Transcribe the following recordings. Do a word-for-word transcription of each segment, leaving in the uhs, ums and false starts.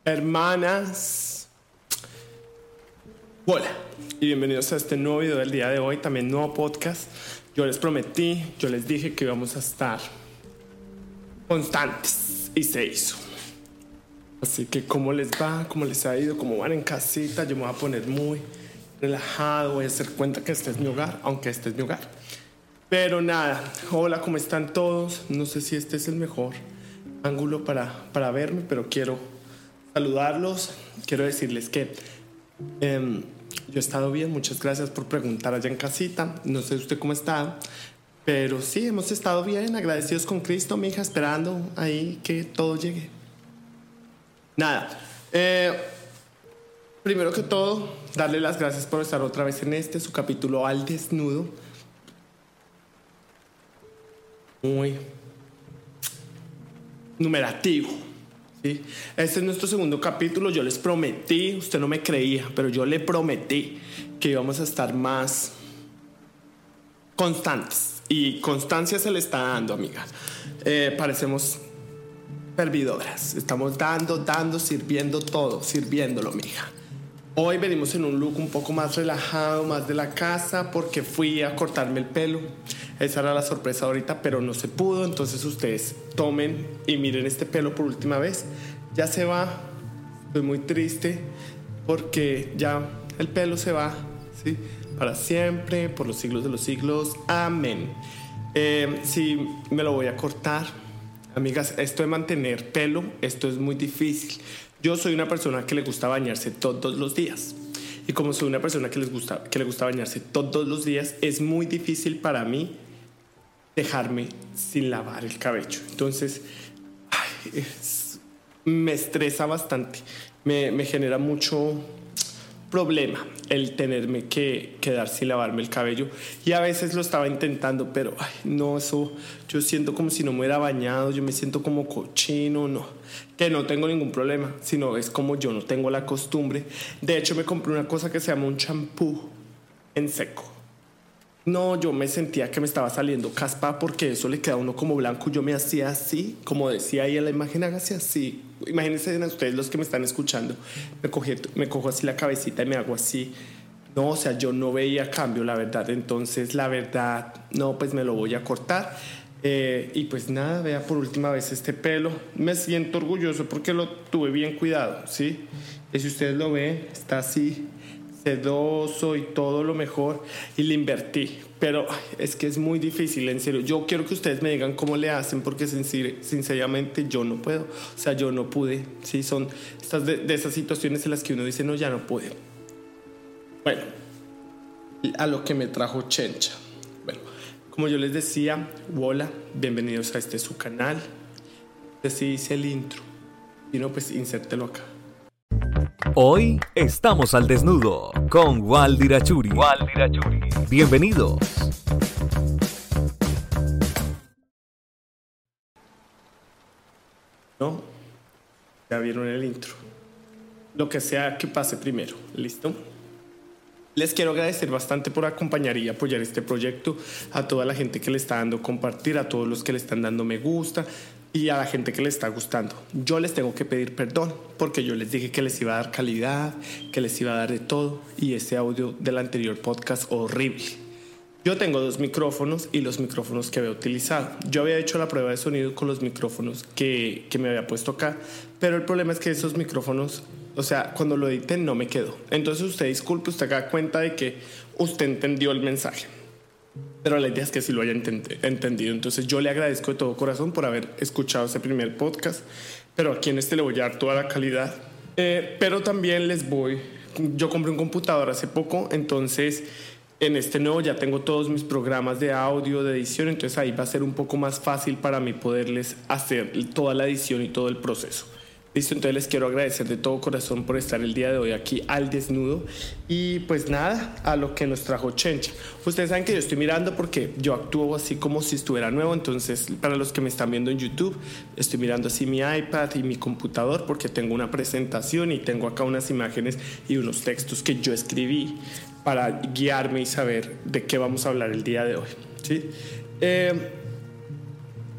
Hermanas, hola y bienvenidos a este nuevo video del día de hoy, también nuevo podcast. Yo les prometí, yo les dije que íbamos a estar constantes y se hizo. Así que cómo les va, cómo les ha ido, cómo van en casita. Yo me voy a poner muy relajado, voy a hacer cuenta que este es mi hogar, aunque este es mi hogar. Pero nada, hola, ¿cómo están todos? No sé si este es el mejor ángulo para, para verme, pero quiero saludarlos. Quiero decirles que eh, yo he estado bien. Muchas gracias por preguntar allá en casita. No sé usted cómo está, pero sí, hemos estado bien, agradecidos con Cristo, mi hija, esperando ahí que todo llegue. Nada, eh, primero que todo, darle las gracias por estar otra vez en este, su capítulo Al Desnudo. Muy numerativo, ¿sí? Este es nuestro segundo capítulo. Yo les prometí, usted no me creía, pero yo le prometí que íbamos a estar más constantes. Y constancia se le está dando, amigas. Eh, parecemos servidoras. Estamos dando, dando, sirviendo todo, sirviéndolo, mija. Hoy venimos en un look un poco más relajado, más de la casa, porque fui a cortarme el pelo. Esa era la sorpresa ahorita, pero no se pudo. Entonces ustedes tomen y miren este pelo por última vez. Ya se va. Estoy muy triste porque ya el pelo se va, ¿sí? Para siempre, por los siglos de los siglos. Amén. Eh, sí, me lo voy a cortar. Amigas, esto de mantener pelo, esto es muy difícil. Yo soy una persona que le gusta bañarse todos los días. Y como soy una persona que, les gusta, que le gusta bañarse todos los días, es muy difícil para mí dejarme sin lavar el cabello. Entonces, ay, es, me estresa bastante. Me, me genera mucho problema el tenerme que quedar sin lavarme el cabello. Y a veces lo estaba intentando, pero ay, no, eso yo siento como si no me hubiera bañado. Yo me siento como cochino, no. Que no tengo ningún problema, sino es como yo no tengo la costumbre. De hecho, me compré una cosa que se llama un champú en seco. No, yo me sentía que me estaba saliendo caspa porque eso le queda a uno como blanco. Yo me hacía así, como decía ahí en la imagen, hágase así. Imagínense a ustedes los que me están escuchando. Me, cogí, me cojo así la cabecita y me hago así. No, o sea, yo no veía cambio, la verdad. Entonces, la verdad, no, pues me lo voy a cortar. Eh, y pues nada, vea por última vez este pelo. Me siento orgulloso porque lo tuve bien cuidado, ¿sí? Y si ustedes lo ven, está así sedoso y todo lo mejor, y le invertí, pero ay, es que es muy difícil, en serio. Yo quiero que ustedes me digan cómo le hacen, porque sinceramente yo no puedo, o sea, yo no pude, sí, son estas de, de esas situaciones en las que uno dice, no, ya no puede. Bueno, a lo que me trajo Chencha. Bueno, como yo les decía, hola, bienvenidos a este su canal. Así dice el intro, y no, pues insértelo acá. Hoy estamos al desnudo con Waldir Achuri. Waldir Achuri. Bienvenidos. ¿No? Ya vieron el intro. Lo que sea que pase primero. ¿Listo? Les quiero agradecer bastante por acompañar y apoyar este proyecto, a toda la gente que le está dando compartir, a todos los que le están dando me gusta y a la gente que le está gustando. Yo les tengo que pedir perdón porque yo les dije que les iba a dar calidad, que les iba a dar de todo, y ese audio del anterior podcast horrible. Yo tengo dos micrófonos y los micrófonos que había utilizado. Yo había hecho la prueba de sonido con los micrófonos que, que me había puesto acá, pero el problema es que esos micrófonos, o sea, cuando lo edité no me quedó. Entonces usted disculpe, usted haga cuenta de que usted entendió el mensaje, pero la idea es que sí lo haya ent- entendido. Entonces yo le agradezco de todo corazón por haber escuchado ese primer podcast, pero aquí en este le voy a dar toda la calidad. Eh, pero también les voy, yo compré un computador hace poco, entonces en este nuevo ya tengo todos mis programas de audio, de edición, entonces ahí va a ser un poco más fácil para mí poderles hacer toda la edición y todo el proceso. Listo, entonces les quiero agradecer de todo corazón por estar el día de hoy aquí al desnudo. Y pues nada, a lo que nos trajo Chencha. Ustedes saben que yo estoy mirando porque yo actúo así como si estuviera nuevo. Entonces, para los que me están viendo en YouTube, estoy mirando así mi iPad y mi computador porque tengo una presentación y tengo acá unas imágenes y unos textos que yo escribí para guiarme y saber de qué vamos a hablar el día de hoy, ¿sí? Eh,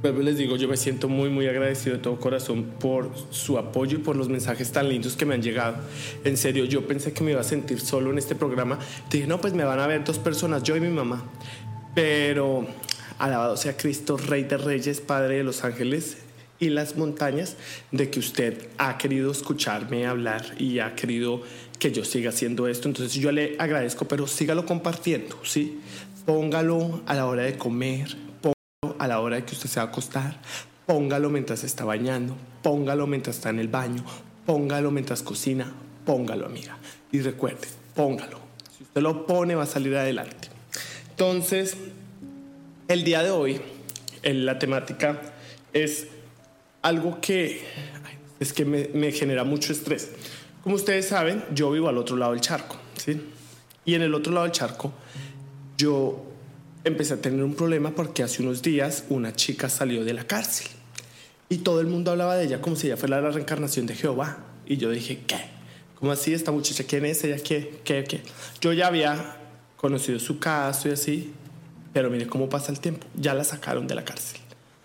Vuelvo y les digo, yo me siento muy, muy agradecido de todo corazón por su apoyo y por los mensajes tan lindos que me han llegado. En serio, yo pensé que me iba a sentir solo en este programa. Dije, no, pues me van a ver dos personas, yo y mi mamá. Pero alabado sea Cristo, Rey de Reyes, Padre de los ángeles y las montañas, de que usted ha querido escucharme hablar y ha querido que yo siga haciendo esto. Entonces yo le agradezco, pero sígalo compartiendo, ¿sí? Póngalo a la hora de comer, póngalo a la hora de que usted se va a acostar, póngalo mientras se está bañando, póngalo mientras está en el baño, póngalo mientras cocina, póngalo, amiga. Y recuerde, póngalo. Si usted lo pone, va a salir adelante. Entonces, el día de hoy, la temática es algo que, es que me, me genera mucho estrés. Como ustedes saben, yo vivo al otro lado del charco, ¿sí? Y en el otro lado del charco, yo empecé a tener un problema porque hace unos días una chica salió de la cárcel y todo el mundo hablaba de ella como si ella fuera la reencarnación de Jehová. Y yo dije, ¿qué? ¿Cómo así? ¿Esta muchacha quién es? ¿Ella qué? ¿Qué? ¿Qué? Yo ya había conocido su caso y así, pero mire cómo pasa el tiempo. Ya la sacaron de la cárcel.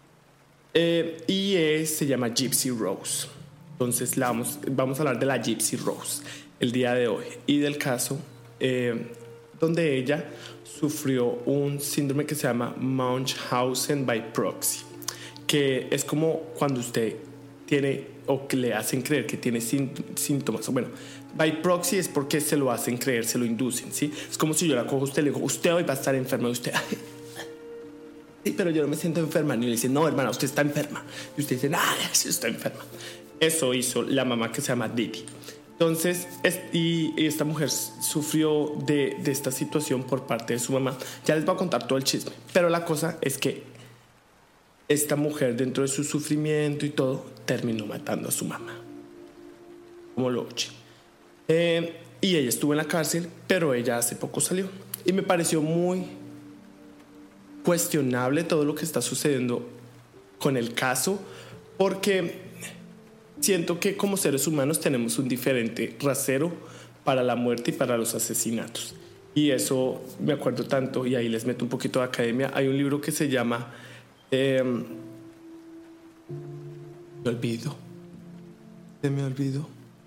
Eh, y es, se llama Gypsy Rose. Entonces la vamos, vamos a hablar de la Gypsy Rose el día de hoy y del caso eh, donde ella sufrió un síndrome que se llama Munchausen by proxy, que es como cuando usted tiene o que le hacen creer que tiene síntomas. Bueno, by proxy es porque se lo hacen creer, se lo inducen, ¿sí? Es como si yo la cojo a usted y le digo, usted hoy va a estar enferma, y usted, sí, pero yo no me siento enferma. Y le dice, no, hermana, usted está enferma. Y usted dice, ah, sí, está enferma. Eso hizo la mamá que se llama Didi. Entonces, es, y, y esta mujer sufrió de, de esta situación por parte de su mamá. Ya les voy a contar todo el chisme. Pero la cosa es que esta mujer, dentro de su sufrimiento y todo, terminó matando a su mamá. Como lo oye. Eh, y ella estuvo en la cárcel, pero ella hace poco salió. Y me pareció muy cuestionable todo lo que está sucediendo con el caso, porque siento que como seres humanos tenemos un diferente rasero para la muerte y para los asesinatos. Y eso me acuerdo tanto, y ahí les meto un poquito de academia. Hay un libro que se llama eh, me olvido se me olvidó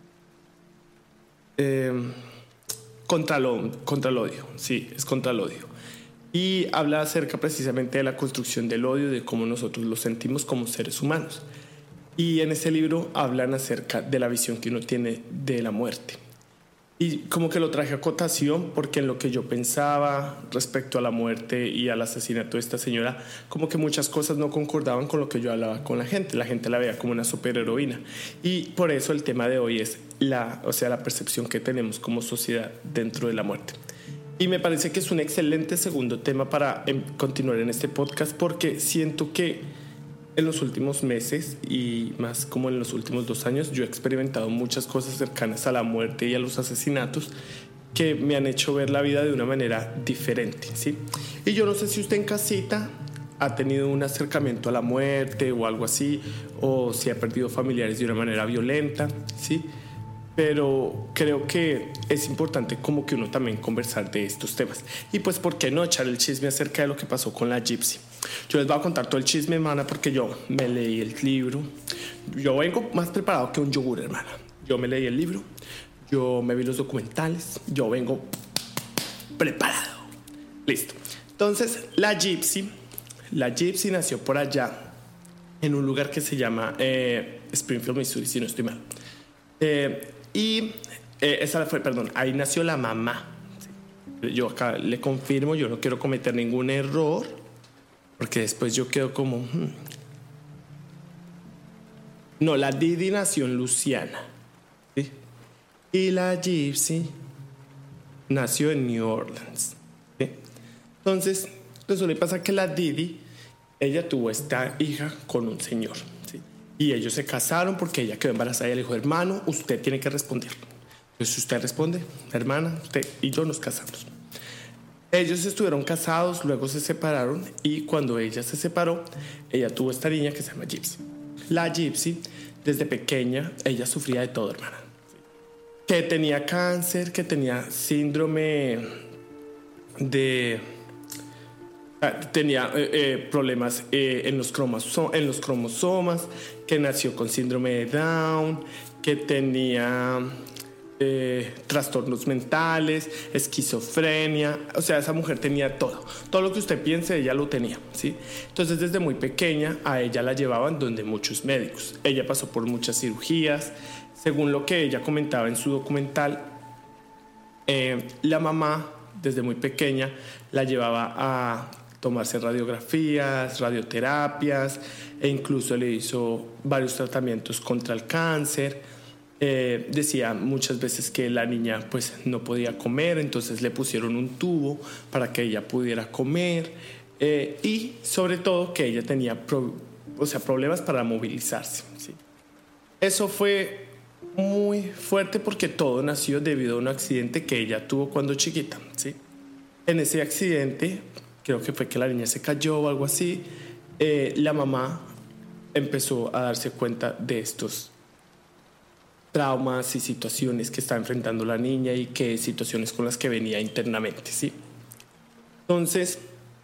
eh, contra, lo, contra el odio. Sí, es contra el odio. Y habla acerca precisamente de la construcción del odio, de cómo nosotros lo sentimos como seres humanos. Y en ese libro hablan acerca de la visión que uno tiene de la muerte. Y como que lo traje a cotación porque en lo que yo pensaba respecto a la muerte y al asesinato de esta señora, como que muchas cosas no concordaban con lo que yo hablaba con la gente. La gente la veía como una superheroína. Y por eso el tema de hoy es la, o sea, la percepción que tenemos como sociedad dentro de la muerte. Y me parece que es un excelente segundo tema para em, continuar en este podcast, porque siento que en los últimos meses y más como en los últimos dos años yo he experimentado muchas cosas cercanas a la muerte y a los asesinatos que me han hecho ver la vida de una manera diferente, ¿sí? Y yo no sé si usted en casita ha tenido un acercamiento a la muerte o algo así, o si ha perdido familiares de una manera violenta, ¿sí? Pero creo que es importante como que uno también conversar de estos temas. Y pues, ¿por qué no echar el chisme acerca de lo que pasó con la Gypsy? Yo les voy a contar todo el chisme, hermana, porque yo me leí el libro. Yo vengo más preparado que un yogur, hermana. Yo me leí el libro, yo me vi los documentales, yo vengo preparado. Listo. Entonces, la Gypsy, la Gypsy nació por allá, en un lugar que se llama eh, Springfield, Missouri, si no estoy mal. Eh, y eh, esa fue, perdón, ahí nació la mamá. Yo acá le confirmo, yo no quiero cometer ningún error, porque después yo quedo como hmm. No, la Didi nació en Luisiana, ¿sí? Y la Gypsy nació en New Orleans, ¿sí? Entonces resulta y pasa que la Didi, ella tuvo esta hija con un señor, ¿sí? Y ellos se casaron porque ella quedó embarazada y le dijo, hermano, usted tiene que responder. Entonces usted responde, hermana, usted y yo nos casamos. Ellos estuvieron casados, luego se separaron, y cuando ella se separó, ella tuvo esta niña que se llama Gypsy. La Gypsy, desde pequeña, ella sufría de todo, hermana. Que tenía cáncer, que tenía síndrome de... Tenía eh, eh, problemas eh, en, los cromoso- en los cromosomas, que nació con síndrome de Down, que tenía eh, trastornos mentales, esquizofrenia. O sea, esa mujer tenía todo. Todo lo que usted piense, ella lo tenía, ¿sí? Entonces, desde muy pequeña, a ella la llevaban donde muchos médicos. Ella pasó por muchas cirugías. Según lo que ella comentaba en su documental, eh, la mamá, desde muy pequeña, la llevaba a tomarse radiografías, radioterapias, e incluso le hizo varios tratamientos contra el cáncer. Eh, decía muchas veces que la niña pues no podía comer, entonces le pusieron un tubo para que ella pudiera comer, eh, y sobre todo que ella tenía pro, o sea, problemas para movilizarse, ¿sí? Eso fue muy fuerte porque todo nació debido a un accidente que ella tuvo cuando chiquita, ¿sí? En ese accidente, creo que fue que la niña se cayó o algo así, eh, la mamá empezó a darse cuenta de estos traumas y situaciones que está enfrentando la niña y que situaciones con las que venía internamente, ¿sí? Entonces,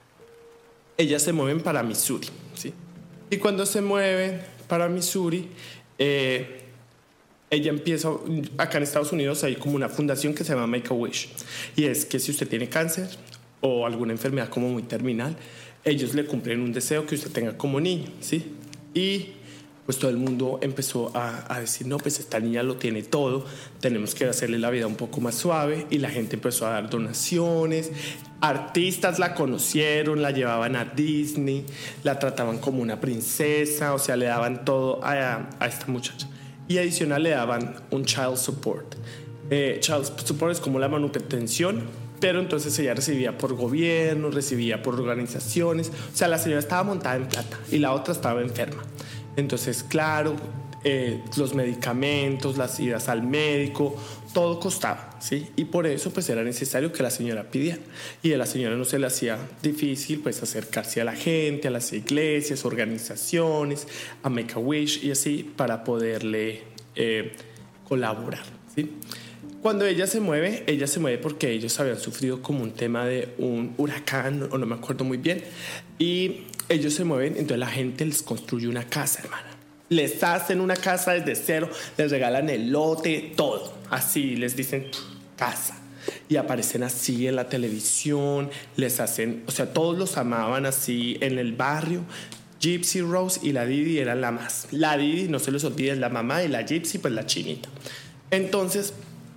ellas se mueven para Missouri, ¿sí? Y cuando se mueven para Missouri, eh, ella empieza, acá en Estados Unidos hay como una fundación que se llama Make-A-Wish, y es que si usted tiene cáncer o alguna enfermedad como muy terminal, ellos le cumplen un deseo que usted tenga como niño, ¿sí? Y pues todo el mundo empezó a, a decir, no, pues esta niña lo tiene todo, tenemos que hacerle la vida un poco más suave, y la gente empezó a dar donaciones, artistas la conocieron, la llevaban a Disney, la trataban como una princesa, o sea, le daban todo a, a esta muchacha. Y adicional le daban un child support. Eh, child support es como la manutención, pero entonces ella recibía por gobierno, recibía por organizaciones. O sea, la señora estaba montada en plata y la otra estaba enferma. Entonces, claro, eh, los medicamentos, las idas al médico, todo costaba, ¿sí? Y por eso pues era necesario que la señora pidiera. Y a la señora no se le hacía difícil pues acercarse a la gente, a las iglesias, organizaciones, a Make-A-Wish y así, para poderle eh, colaborar, ¿sí? Cuando ella se mueve, ella se mueve porque ellos habían sufrido como un tema de un huracán, o no me acuerdo muy bien, y ellos se mueven, entonces la gente les construye una casa, hermana. Les hacen una casa desde cero, les regalan el lote, todo. Así les dicen casa. Y aparecen así en la televisión, les hacen, o sea, todos los amaban así en el barrio. Gypsy Rose y la Didi eran la más. La Didi, no se les olvide, es la mamá, y la Gypsy, pues la chinita. Entonces,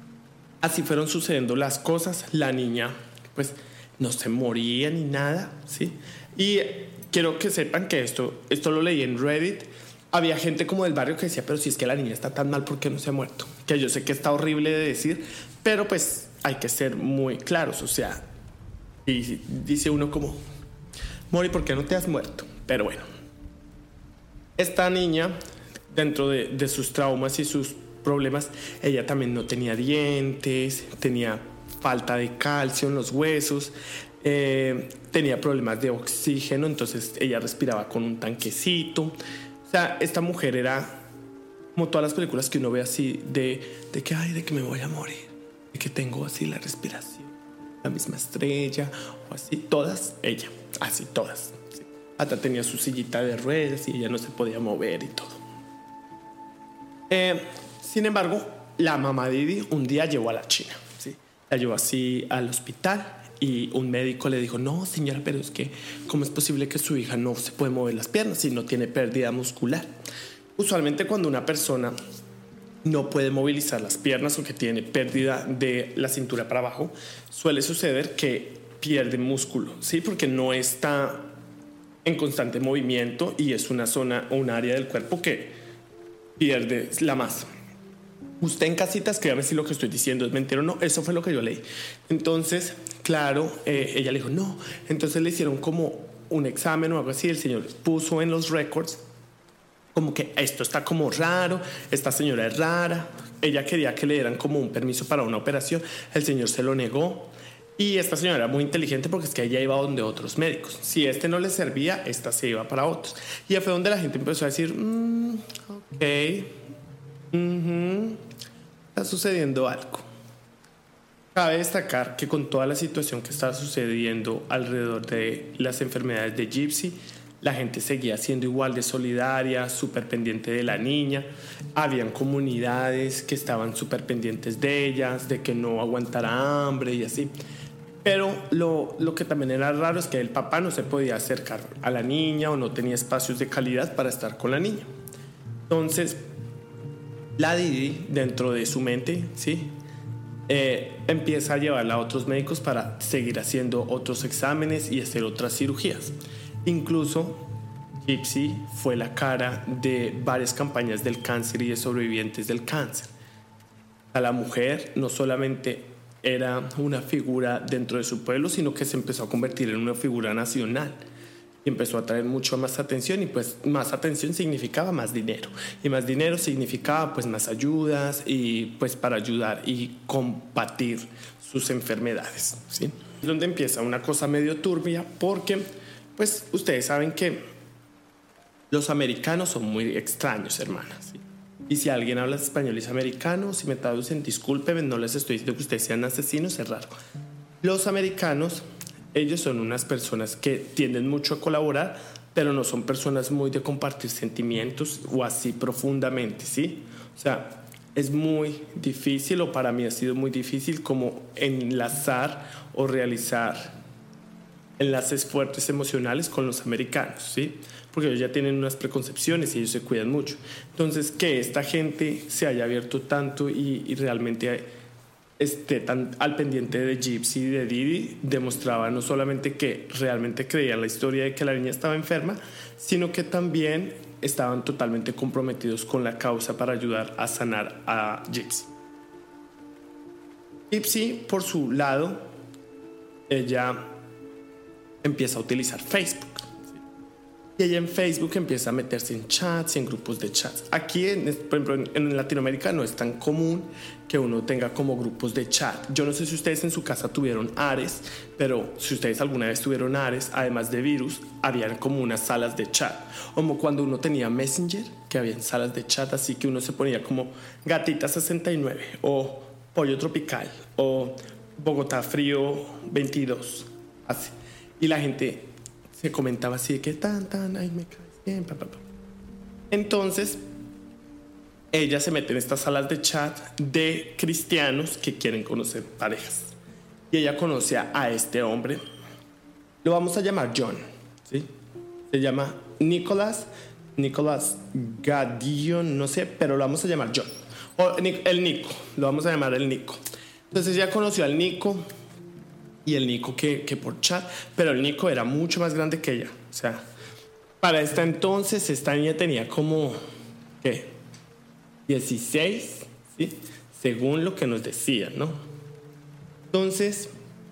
así fueron sucediendo las cosas. La niña, pues, no se moría ni nada, ¿sí? Y quiero que sepan que esto, esto lo leí en Reddit. Había gente como del barrio que decía, pero si es que la niña está tan mal, ¿por qué no se ha muerto? Que yo sé que está horrible de decir, pero pues hay que ser muy claros. O sea, y dice uno como, Mori, ¿por qué no te has muerto? Pero bueno, esta niña, dentro de, de sus traumas y sus problemas, ella también no tenía dientes, tenía falta de calcio en los huesos, eh, tenía problemas de oxígeno, entonces ella respiraba con un tanquecito. O sea, esta mujer era como todas las películas que uno ve así de, de que, ay, de que me voy a morir, de que tengo así la respiración, la misma estrella, o así, todas, ella, así todas, ¿sí? Hasta tenía su sillita de ruedas y ella no se podía mover y todo. Eh, sin embargo, la mamá Didi un día llevó a la china, ¿sí? La llevó así al hospital. Y un médico le dijo, no, señora, pero es que ¿cómo es posible que su hija no se puede mover las piernas si no tiene pérdida muscular? Usualmente cuando una persona no puede movilizar las piernas o que tiene pérdida de la cintura para abajo, suele suceder que pierde músculo, ¿sí? Porque no está en constante movimiento y es una zona o un área del cuerpo que pierde la masa. Usted en casita, escríbame si lo que estoy diciendo es mentira o no. Eso fue lo que yo leí. Entonces, claro, eh, ella le dijo no. Entonces le hicieron como un examen o algo así. El señor puso en los records como que esto está como raro, esta señora es rara. Ella quería que le dieran como un permiso para una operación. El señor se lo negó. Y esta señora era muy inteligente porque es que ella iba donde otros médicos. Si este no le servía, esta se iba para otros. Y fue donde la gente empezó a decir, mm, ok, uh-huh. Está sucediendo algo. Cabe destacar que con toda la situación que estaba sucediendo alrededor de las enfermedades de Gypsy, la gente seguía siendo igual de solidaria, súper pendiente de la niña. Habían comunidades que estaban súper pendientes de ellas, de que no aguantara hambre y así. Pero lo, lo que también era raro es que el papá no se podía acercar a la niña o no tenía espacios de calidad para estar con la niña. Entonces, la Didi, dentro de su mente, ¿sí? Eh, empieza a llevarla a otros médicos para seguir haciendo otros exámenes y hacer otras cirugías. Incluso Gypsy fue la cara de varias campañas del cáncer y de sobrevivientes del cáncer. A la mujer no solamente era una figura dentro de su pueblo, sino que se empezó a convertir en una figura nacional y empezó a traer mucho más atención, y pues más atención significaba más dinero, y más dinero significaba pues más ayudas y pues para ayudar y combatir sus enfermedades, ¿sí? Es donde empieza una cosa medio turbia, porque pues ustedes saben que los americanos son muy extraños, hermanas, ¿sí? Y si alguien habla español y es americano, si me traducen, discúlpenme, no les estoy diciendo que ustedes sean asesinos, es raro. Los americanos, ellos son unas personas que tienden mucho a colaborar, pero no son personas muy de compartir sentimientos o así profundamente, ¿sí? O sea, es muy difícil, o para mí ha sido muy difícil, como enlazar o realizar enlaces fuertes emocionales con los americanos, ¿sí? Porque ellos ya tienen unas preconcepciones y ellos se cuidan mucho. Entonces, que esta gente se haya abierto tanto y, y realmente esté tan al pendiente de Gypsy y de Didi, demostraba no solamente que realmente creían la historia de que la niña estaba enferma, sino que también estaban totalmente comprometidos con la causa para ayudar a sanar a Gypsy. Gypsy, por su lado, ella empieza a utilizar Facebook. Y ella en Facebook empieza a meterse en chats y en grupos de chats. Aquí, en, por ejemplo, en, en Latinoamérica no es tan común que uno tenga como grupos de chat. Yo no sé si ustedes en su casa tuvieron Ares, pero si ustedes alguna vez tuvieron Ares, además de virus, habían como unas salas de chat. Como cuando uno tenía Messenger, que habían salas de chat, así que uno se ponía como Gatita sesenta y nueve, o Pollo Tropical, o Bogotá Frío veintidós, así. Y la gente se comentaba así de que tan, tan, ay, me caes bien, pa, pa, pa. Entonces, ella se mete en estas salas de chat de cristianos que quieren conocer parejas. Y ella conoce a este hombre. Lo vamos a llamar John, ¿sí? Se llama Nicolás, Nicolás Gadillo, no sé, pero lo vamos a llamar John. O el Nico, lo vamos a llamar el Nico. Entonces ella conoció al Nico. Y el Nico que, que por chat, pero el Nico era mucho más grande que ella. O sea, para esta entonces esta niña tenía como, ¿qué? dieciséis, ¿sí? Según lo que nos decían, ¿no? Entonces,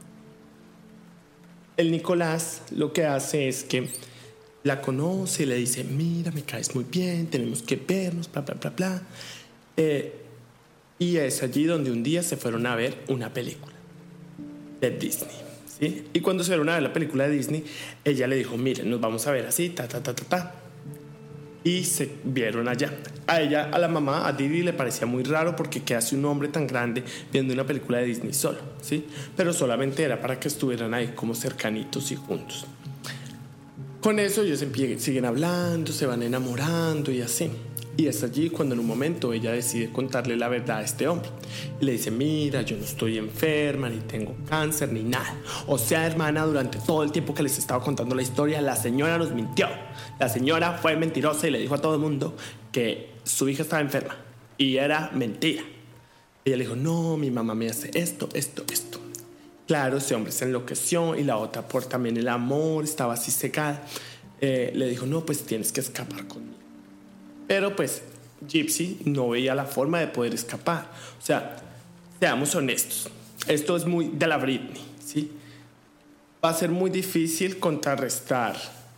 el Nicolás lo que hace es que la conoce y le dice, mira, me caes muy bien, tenemos que vernos, bla, bla, bla, bla. Eh, y es allí donde un día se fueron a ver una película de Disney, ¿sí? Y cuando se vieron a ver la película de Disney, ella le dijo, miren, nos vamos a ver así, ta, ta, ta, ta, ta. Y se vieron allá. A ella, a la mamá, a Didi le parecía muy raro, porque ¿qué hace un hombre tan grande viendo una película de Disney solo? ¿Sí? Pero solamente era para que estuvieran ahí como cercanitos y juntos. Con eso ellos siguen hablando, se van enamorando y así. Y es allí cuando en un momento ella decide contarle la verdad a este hombre. Y le dice, mira, yo no estoy enferma, ni tengo cáncer, ni nada. O sea, hermana, durante todo el tiempo que les estaba contando la historia, la señora nos mintió. La señora fue mentirosa y le dijo a todo el mundo que su hija estaba enferma. Y era mentira. Ella le dijo, no, mi mamá me hace esto, esto, esto. Claro, ese hombre se enloqueció, y la otra, por también el amor, estaba así cegada. Eh, le dijo, no, pues tienes que escapar conmigo. Pero pues Gypsy no veía la forma de poder escapar. O sea, seamos honestos, esto es muy de la Britney, ¿sí? Va a ser muy difícil contrarrestar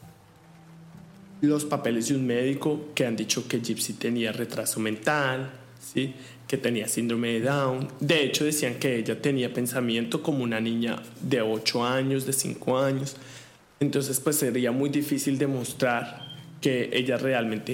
los papeles de un médico que han dicho que Gypsy tenía retraso mental, ¿sí? Que tenía síndrome de Down. De hecho, decían que ella tenía pensamiento como una niña de ocho años, de cinco años. Entonces, pues sería muy difícil demostrar que ella realmente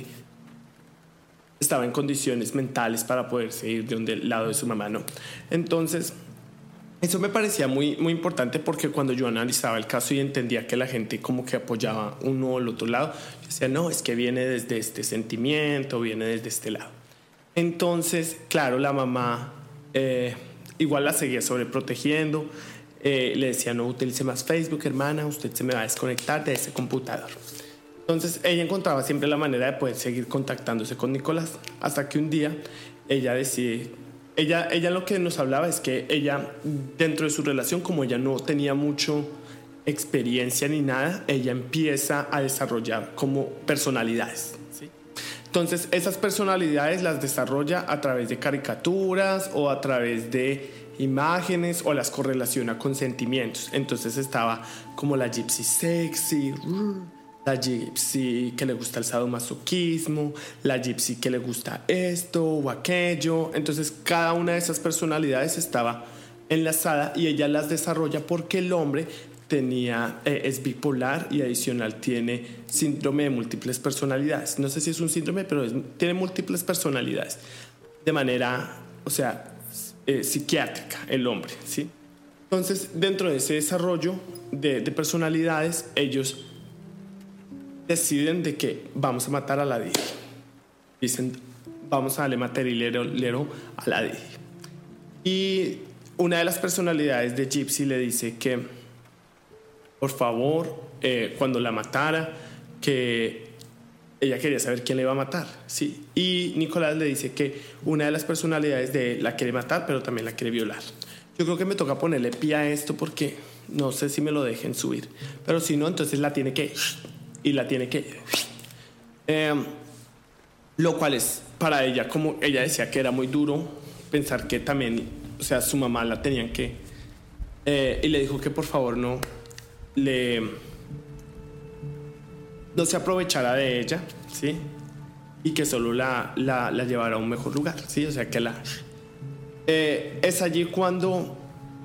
estaba en condiciones mentales para poder seguir de un lado de su mamá, ¿no? Entonces, Eso me parecía muy, muy importante porque cuando yo analizaba el caso y entendía que la gente como que apoyaba uno o el otro lado, yo decía, no, es que viene desde este sentimiento, viene desde este lado. Entonces, claro, la mamá eh, igual la seguía sobreprotegiendo, eh, le decía, no utilice más Facebook, hermana, usted se me va a desconectar de ese computador. Entonces, ella encontraba siempre la manera de poder seguir contactándose con Nicolás, hasta que un día ella decide... Ella, ella lo que nos hablaba es que ella, dentro de su relación, como ella no tenía mucho experiencia ni nada, ella empieza a desarrollar como personalidades, ¿sí? Entonces, esas personalidades las desarrolla a través de caricaturas o a través de imágenes o las correlaciona con sentimientos. Entonces estaba como la gypsy sexy, la gypsy que le gusta el sadomasoquismo, la gypsy que le gusta esto o aquello. Entonces cada una de esas personalidades estaba enlazada y ella las desarrolla porque el hombre tenía, eh, es bipolar y adicional tiene síndrome de múltiples personalidades. No sé si es un síndrome, pero es, tiene múltiples personalidades de manera, o sea, eh, psiquiátrica el hombre, ¿sí? Entonces dentro de ese desarrollo de, de personalidades, ellos deciden de que vamos a matar a la Didi. Dicen, vamos a darle materialero a la Didi. Y una de las personalidades de Gypsy le dice que, por favor, eh, cuando la matara, que ella quería saber quién le iba a matar, ¿sí? Y Nicolás le dice que una de las personalidades de él la quiere matar, pero también la quiere violar. Yo creo que me toca ponerle pie a esto porque no sé si me lo dejen subir. Pero si no, entonces la tiene que... y la tiene que... Eh, lo cual es para ella, como ella decía que era muy duro pensar que también, o sea, su mamá la tenían que... Eh, y le dijo que por favor no le... no se aprovechara de ella, ¿sí? Y que solo la, la, la llevara a un mejor lugar, ¿sí? O sea, que la... Eh, es allí cuando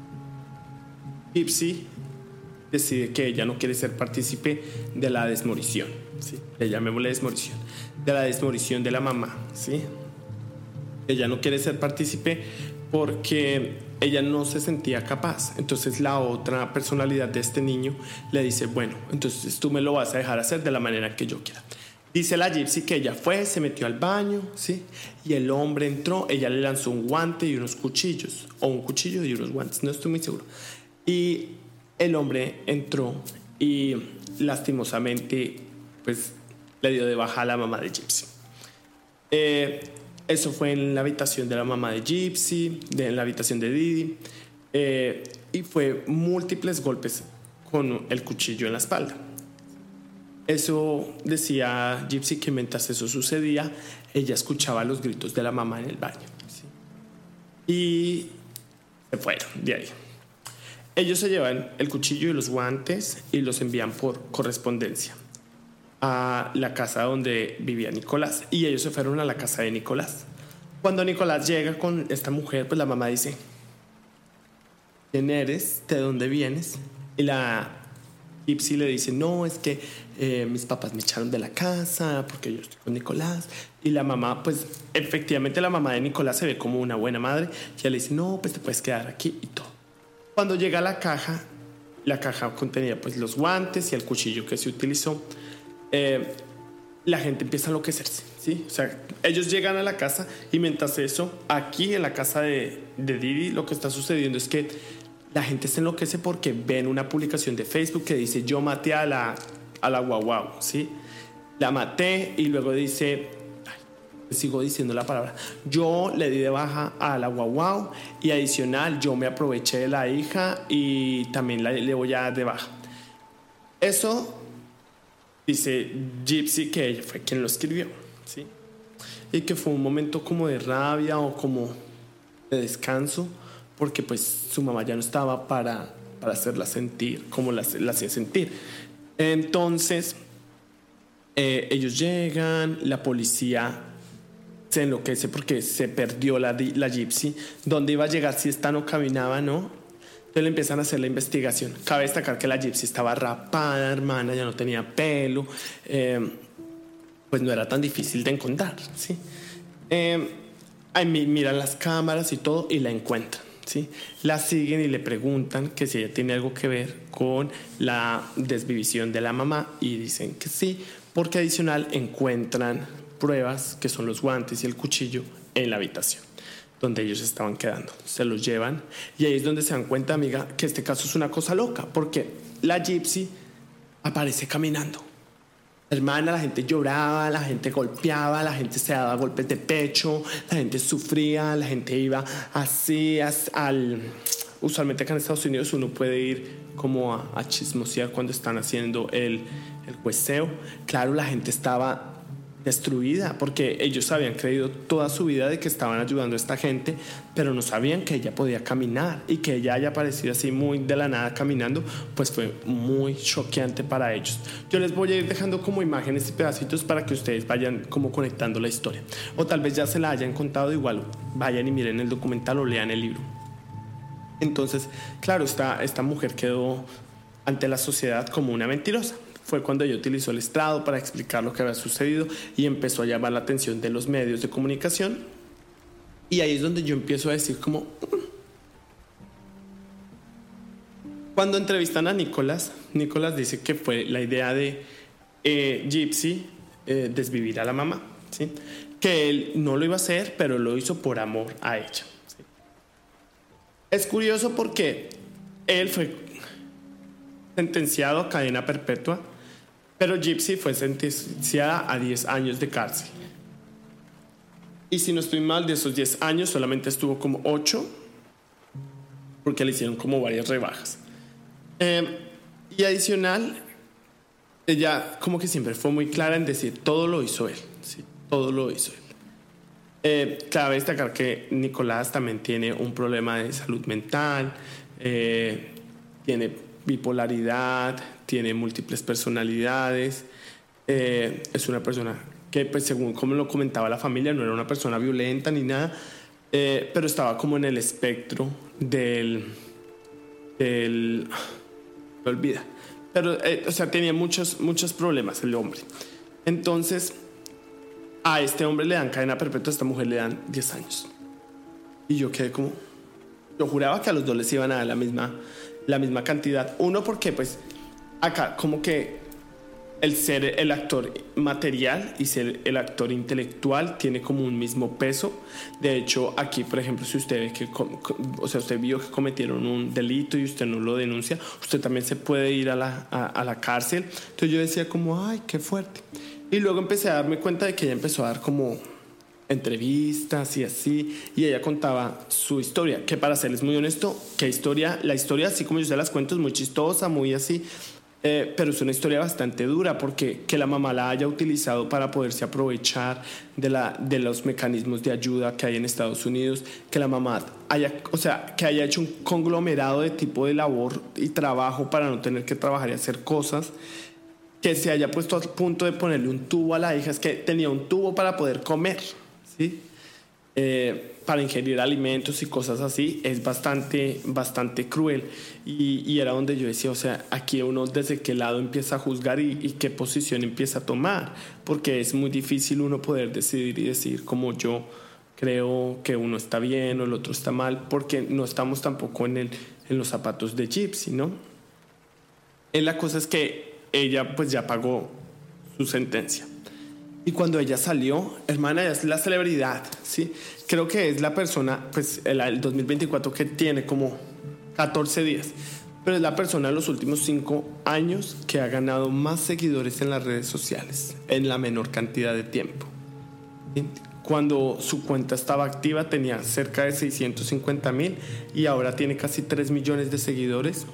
Gypsy decide que ella no quiere ser partícipe de la desmorición, ¿sí? Le llamémosle desmorición, de la desmorición de la mamá, ¿sí? Ella no quiere ser partícipe porque ella no se sentía capaz. Entonces la otra personalidad de este niño le dice, bueno, entonces tú me lo vas a dejar hacer de la manera que yo quiera. Dice la Gypsy que ella fue, se metió al baño, ¿sí? Y el hombre entró, ella le lanzó un guante y unos cuchillos, o un cuchillo y unos guantes, no estoy muy seguro. Y el hombre entró y lastimosamente pues le dio de baja a la mamá de Gypsy. Eh, eso fue en la habitación de la mamá de Gypsy, de, en la habitación de Didi, eh, y fue múltiples golpes con el cuchillo en la espalda. Eso decía Gypsy que mientras eso sucedía, ella escuchaba los gritos de la mamá en el baño, ¿sí? Y se fueron de ahí. Ellos se llevan el cuchillo y los guantes y los envían por correspondencia a la casa donde vivía Nicolás. Y ellos se fueron a la casa de Nicolás. Cuando Nicolás llega con esta mujer, pues la mamá dice, ¿quién eres? ¿De dónde vienes? Y la Gypsy le dice, no, es que eh, mis papás me echaron de la casa porque yo estoy con Nicolás. Y la mamá, pues efectivamente la mamá de Nicolás se ve como una buena madre. Y ella le dice, no, pues te puedes quedar aquí y todo. Cuando llega a la caja, la caja contenía pues los guantes y el cuchillo que se utilizó. Eh, la gente empieza a enloquecerse, ¿sí? O sea, ellos llegan a la casa y mientras eso, aquí en la casa de, de Didi, lo que está sucediendo es que la gente se enloquece porque ven una publicación de Facebook que dice, yo maté a la, a la guau guau, ¿sí? La maté y luego dice... sigo diciendo la palabra, yo le di de baja a la guau guau y adicional yo me aproveché de la hija y también la, le voy a dar de baja. Eso dice Gypsy que ella fue quien lo escribió, ¿sí? Y que fue un momento como de rabia o como de descanso porque pues su mamá ya no estaba para, para hacerla sentir como la, la hacía sentir. Entonces eh, ellos llegan, la policía se enloquece porque se perdió la, la Gypsy. ¿Dónde iba a llegar? Si esta no caminaba, ¿no? Entonces le empiezan a hacer la investigación. Cabe destacar que la Gypsy estaba rapada, hermana, ya no tenía pelo. Eh, pues no era tan difícil de encontrar, ¿sí? Eh, ahí miran las cámaras y todo y la encuentran, ¿sí? La siguen y le preguntan que si ella tiene algo que ver con la desvivisión de la mamá y dicen que sí, porque adicional encuentran pruebas que son los guantes y el cuchillo en la habitación donde ellos estaban quedando. Se los llevan y ahí es donde se dan cuenta, amiga, que este caso es una cosa loca, porque la Gypsy aparece caminando. Hermana, la gente lloraba, la gente golpeaba, la gente se daba golpes de pecho, la gente sufría, la gente iba así al... Usualmente acá en Estados Unidos uno puede ir como a, a chismosear cuando están haciendo el, el jueceo. Claro, la gente estaba destruida porque ellos habían creído toda su vida de que estaban ayudando a esta gente, pero no sabían que ella podía caminar, y que ella haya aparecido así muy de la nada caminando, pues fue muy choqueante para ellos. Yo les voy a ir dejando como imágenes y pedacitos para que ustedes vayan como conectando la historia, o tal vez ya se la hayan contado, igual vayan y miren el documental o lean el libro. Entonces, claro, esta, esta mujer quedó ante la sociedad como una mentirosa. Fue cuando ella utilizó el estrado para explicar lo que había sucedido y empezó a llamar la atención de los medios de comunicación. Y ahí es donde yo empiezo a decir como... Cuando entrevistan a Nicolás, Nicolás dice que fue la idea de eh, Gypsy eh, desvivir a la mamá, ¿sí? Que él no lo iba a hacer, pero lo hizo por amor a ella, ¿sí? Es curioso porque él fue sentenciado a cadena perpetua, pero Gypsy fue sentenciada a diez años de cárcel. Y si no estoy mal, de esos diez años solamente estuvo como ocho, porque le hicieron como varias rebajas. Eh, y adicional, ella como que siempre fue muy clara en decir todo lo hizo él, ¿sí? Todo lo hizo él. Eh, cabe destacar que Nicolás también tiene un problema de salud mental, eh, tiene bipolaridad, tiene múltiples personalidades, eh, es una persona que, pues, según como lo comentaba la familia, no era una persona violenta ni nada, eh, pero estaba como en el espectro del... del me olvida, pero, eh, o sea, tenía muchos, muchos problemas el hombre. Entonces, a este hombre le dan cadena perpetua, a esta mujer le dan diez años. Y yo quedé como... Yo juraba que a los dos les iban a dar la misma... la misma cantidad. Uno, porque pues acá como que el ser el actor material y ser el actor intelectual tiene como un mismo peso. De hecho, aquí, por ejemplo, si usted ve que, o sea, usted vio que cometieron un delito y usted no lo denuncia, usted también se puede ir a la, a, a la cárcel. Entonces yo decía como, ay, qué fuerte. Y luego empecé a darme cuenta de que ella empezó a dar como entrevistas y así, y ella contaba su historia, que, para serles muy honesto, que historia, la historia, así como yo se las cuento, es muy chistosa, muy así, eh, pero es una historia bastante dura, porque que la mamá la haya utilizado para poderse aprovechar de, la, de los mecanismos de ayuda que hay en Estados Unidos, que la mamá haya, o sea, que haya hecho un conglomerado de tipo de labor y trabajo para no tener que trabajar y hacer cosas, que se haya puesto a punto de ponerle un tubo a la hija, es que tenía un tubo para poder comer, ¿sí? Eh, para ingerir alimentos y cosas así, es bastante, bastante cruel. Y, y era donde yo decía, o sea, aquí uno desde qué lado empieza a juzgar y, y qué posición empieza a tomar, porque es muy difícil uno poder decidir y decir como yo creo que uno está bien o el otro está mal, porque no estamos tampoco en, el, en los zapatos de Gypsy, ¿no? Y la cosa es que ella pues ya pagó su sentencia. Y cuando ella salió, hermana, ella es la celebridad, ¿sí? Creo que es la persona, pues, el, el dos mil veinticuatro que tiene como catorce días, pero es la persona en los últimos cinco años que ha ganado más seguidores en las redes sociales en la menor cantidad de tiempo, ¿sí? Cuando su cuenta estaba activa tenía cerca de seiscientos cincuenta mil y ahora tiene casi tres millones de seguidores.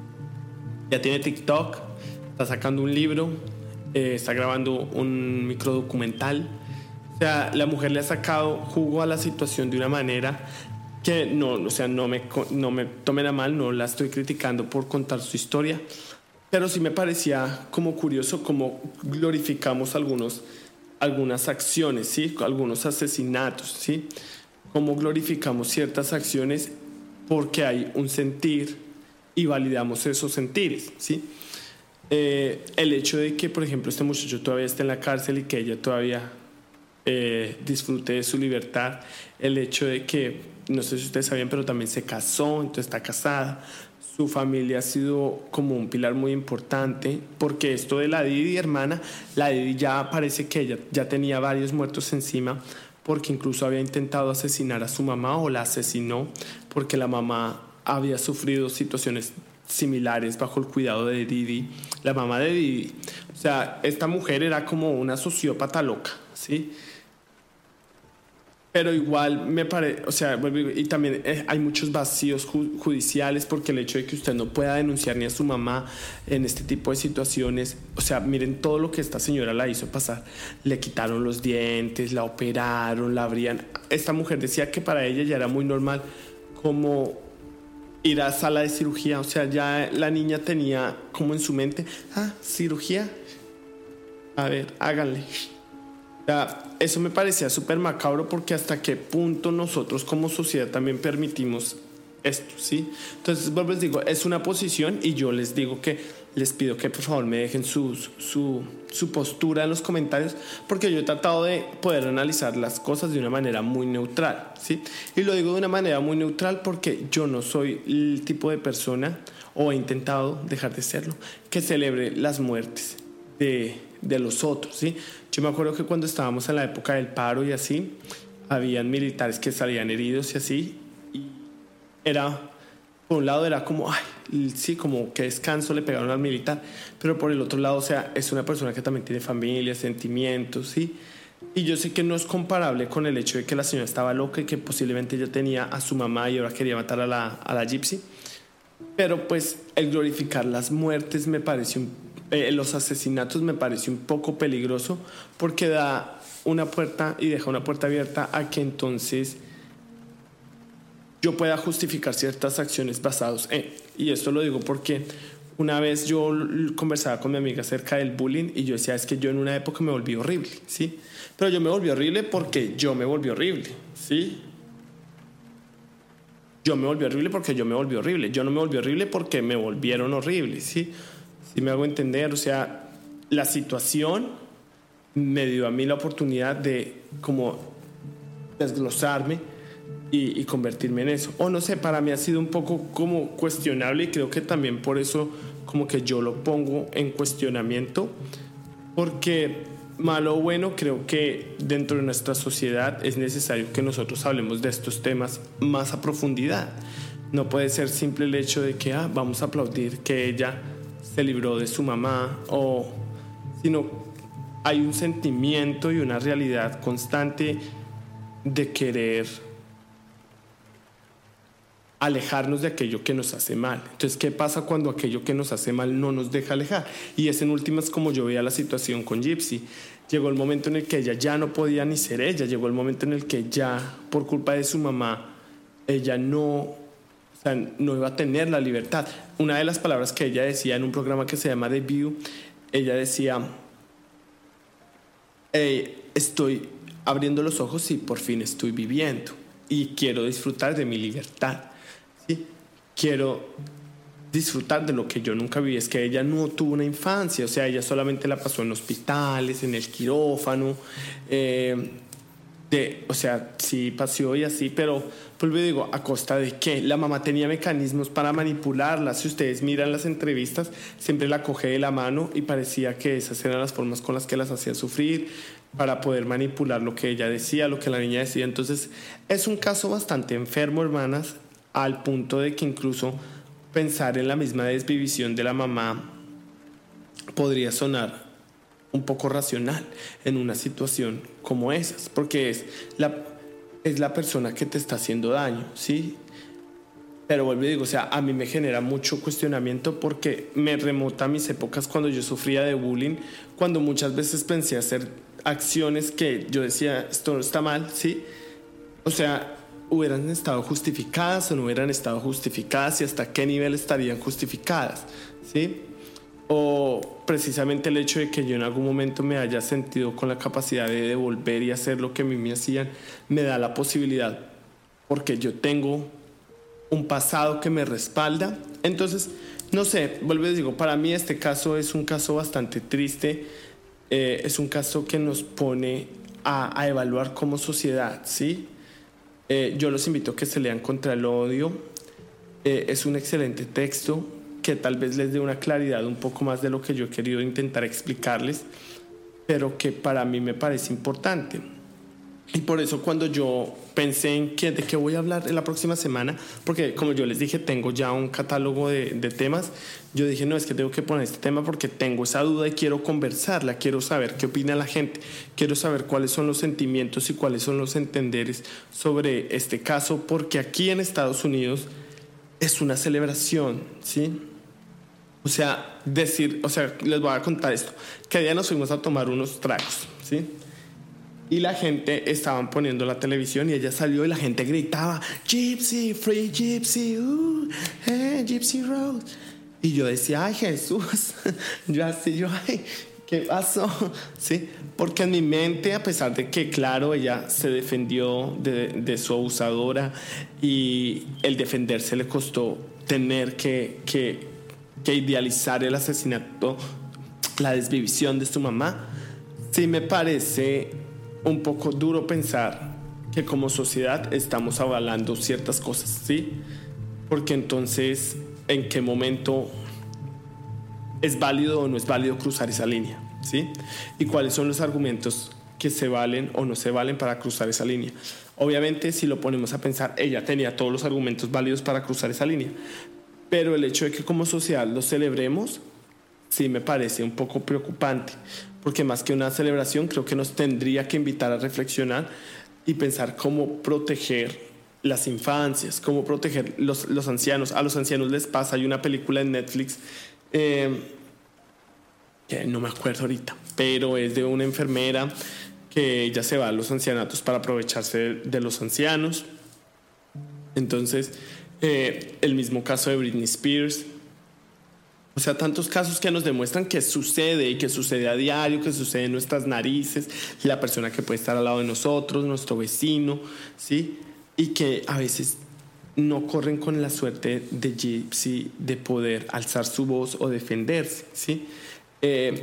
Ya tiene TikTok, está sacando un libro, Eh, está grabando un microdocumental. O sea, la mujer le ha sacado jugo a la situación de una manera que no, o sea, no me, no me tomen a mal, no la estoy criticando por contar su historia, pero sí me parecía como curioso cómo glorificamos algunos, algunas acciones, ¿sí? Algunos asesinatos, ¿sí? Cómo glorificamos ciertas acciones porque hay un sentir y validamos esos sentires, ¿sí? Eh, el hecho de que, por ejemplo, este muchacho todavía está en la cárcel y que ella todavía eh, disfrute de su libertad. El hecho de que, no sé si ustedes sabían, pero también se casó, entonces está casada. Su familia ha sido como un pilar muy importante, porque esto de la Didi, hermana, la Didi ya parece que ella ya tenía varios muertos encima, porque incluso había intentado asesinar a su mamá o la asesinó, porque la mamá había sufrido situaciones similares bajo el cuidado de Didi, la mamá de Didi. O sea, esta mujer era como una sociópata loca, ¿sí? Pero igual me parece, o sea, y también hay muchos vacíos ju- judiciales, porque el hecho de que usted no pueda denunciar ni a su mamá en este tipo de situaciones, o sea, miren todo lo que esta señora la hizo pasar. Le quitaron los dientes, la operaron, la abrían. Esta mujer decía que para ella ya era muy normal como ir a sala de cirugía, o sea, ya la niña tenía como en su mente, ah, cirugía, a ver, háganle. O sea, eso me parecía súper macabro, porque hasta qué punto nosotros como sociedad también permitimos esto, ¿sí? Entonces, vuelvo les digo, es una posición, y yo les digo que les pido que por favor me dejen su, su, su postura en los comentarios, porque yo he tratado de poder analizar las cosas de una manera muy neutral, ¿sí? Y lo digo de una manera muy neutral porque yo no soy el tipo de persona, o he intentado dejar de serlo, que celebre las muertes de, de los otros, ¿sí? Yo me acuerdo que cuando estábamos en la época del paro y así, habían militares que salían heridos y así, y era, por un lado era como, ay, sí, como que descanso le pegaron al militar, pero por el otro lado, o sea, es una persona que también tiene familia, sentimientos, ¿sí? Y yo sé que no es comparable con el hecho de que la señora estaba loca y que posiblemente ella tenía a su mamá y ahora quería matar a la, a la Gypsy, pero pues el glorificar las muertes me parece un Eh, los asesinatos me parece un poco peligroso, porque da una puerta y deja una puerta abierta a que entonces yo pueda justificar ciertas acciones basadas en, y esto lo digo porque una vez yo conversaba con mi amiga acerca del bullying y yo decía, es que yo en una época me volví horrible, ¿sí? Pero yo me volví horrible porque yo me volví horrible, ¿sí? Yo me volví horrible porque yo me volví horrible. Yo no me volví horrible porque me volvieron horrible, ¿sí? Si me hago entender, o sea, la situación me dio a mí la oportunidad de como desglosarme y, y convertirme en eso. O no sé, para mí ha sido un poco como cuestionable, y creo que también por eso como que yo lo pongo en cuestionamiento, porque malo o bueno, creo que dentro de nuestra sociedad es necesario que nosotros hablemos de estos temas más a profundidad. No puede ser simple el hecho de que ah, vamos a aplaudir que ella se libró de su mamá, o sino hay un sentimiento y una realidad constante de querer alejarnos de aquello que nos hace mal. Entonces, ¿qué pasa cuando aquello que nos hace mal no nos deja alejar? Y es en últimas como yo veía la situación con Gypsy. Llegó el momento en el que ella ya no podía ni ser ella, llegó el momento en el que ya, por culpa de su mamá, ella no... O sea, no iba a tener la libertad. Una de las palabras que ella decía en un programa que se llama The View, ella decía, hey, estoy abriendo los ojos y por fin estoy viviendo y quiero disfrutar de mi libertad, ¿sí? Quiero disfrutar de lo que yo nunca viví. Es que ella no tuvo una infancia, o sea, ella solamente la pasó en hospitales, en el quirófano, eh, de, o sea, sí paseó y así, pero pues le digo, ¿a costa de qué? La mamá tenía mecanismos para manipularla. Si ustedes miran las entrevistas, siempre la coge de la mano y parecía que esas eran las formas con las que las hacía sufrir, para poder manipular lo que ella decía, lo que la niña decía. Entonces es un caso bastante enfermo, hermanas, al punto de que incluso pensar en la misma desvivisión de la mamá podría sonar un poco racional en una situación como esas, porque es la, es la persona que te está haciendo daño, ¿sí? Pero vuelvo y digo, o sea, a mí me genera mucho cuestionamiento, porque me remota a mis épocas cuando yo sufría de bullying, cuando muchas veces pensé hacer acciones que yo decía, esto no está mal, ¿sí? O sea, hubieran estado justificadas o no hubieran estado justificadas, y hasta qué nivel estarían justificadas, ¿sí? O precisamente el hecho de que yo en algún momento me haya sentido con la capacidad de devolver y hacer lo que a mí me hacían, me da la posibilidad, porque yo tengo un pasado que me respalda. Entonces, no sé, vuelvo y digo, para mí este caso es un caso bastante triste, eh, es un caso que nos pone a, a evaluar como sociedad, ¿sí? Eh, yo los invito a que se lean Contra el Odio. Eh, es un excelente texto que tal vez les dé una claridad un poco más de lo que yo he querido intentar explicarles, pero que para mí me parece importante. Y por eso cuando yo pensé en que, de qué voy a hablar en la próxima semana, porque como yo les dije, tengo ya un catálogo de, de temas, yo dije, no, es que tengo que poner este tema porque tengo esa duda y quiero conversarla, quiero saber qué opina la gente, quiero saber cuáles son los sentimientos y cuáles son los entenderes sobre este caso, porque aquí en Estados Unidos es una celebración, ¿sí? O sea, decir, o sea, les voy a contar esto, que día nos fuimos a tomar unos tragos, ¿sí? Y la gente estaban poniendo la televisión y ella salió y la gente gritaba, Gypsy, free Gypsy, uh, hey, Gypsy Rose. Y yo decía, ay, Jesús, yo así, yo, ay, ¿qué pasó? Sí, porque en mi mente, a pesar de que, claro, ella se defendió de, de su abusadora y el defenderse le costó tener que, que, que idealizar el asesinato, la desvivisión de su mamá, sí me parece un poco duro pensar que como sociedad estamos avalando ciertas cosas, ¿sí? Porque entonces, ¿en qué momento es válido o no es válido cruzar esa línea? ¿Sí? ¿Y cuáles son los argumentos que se valen o no se valen para cruzar esa línea? Obviamente, si lo ponemos a pensar, ella tenía todos los argumentos válidos para cruzar esa línea, pero el hecho de que como sociedad lo celebremos sí me parece un poco preocupante, porque más que una celebración creo que nos tendría que invitar a reflexionar y pensar cómo proteger las infancias, cómo proteger los, los ancianos. A los ancianos les pasa, hay una película en Netflix eh, que no me acuerdo ahorita, pero es de una enfermera que ella se va a los ancianatos para aprovecharse de, de los ancianos. Entonces eh, el mismo caso de Britney Spears. O sea, tantos casos que nos demuestran que sucede y que sucede a diario, que sucede en nuestras narices, y la persona que puede estar al lado de nosotros, nuestro vecino, ¿sí? Y que a veces no corren con la suerte de Gypsy de poder alzar su voz o defenderse, ¿sí? Eh,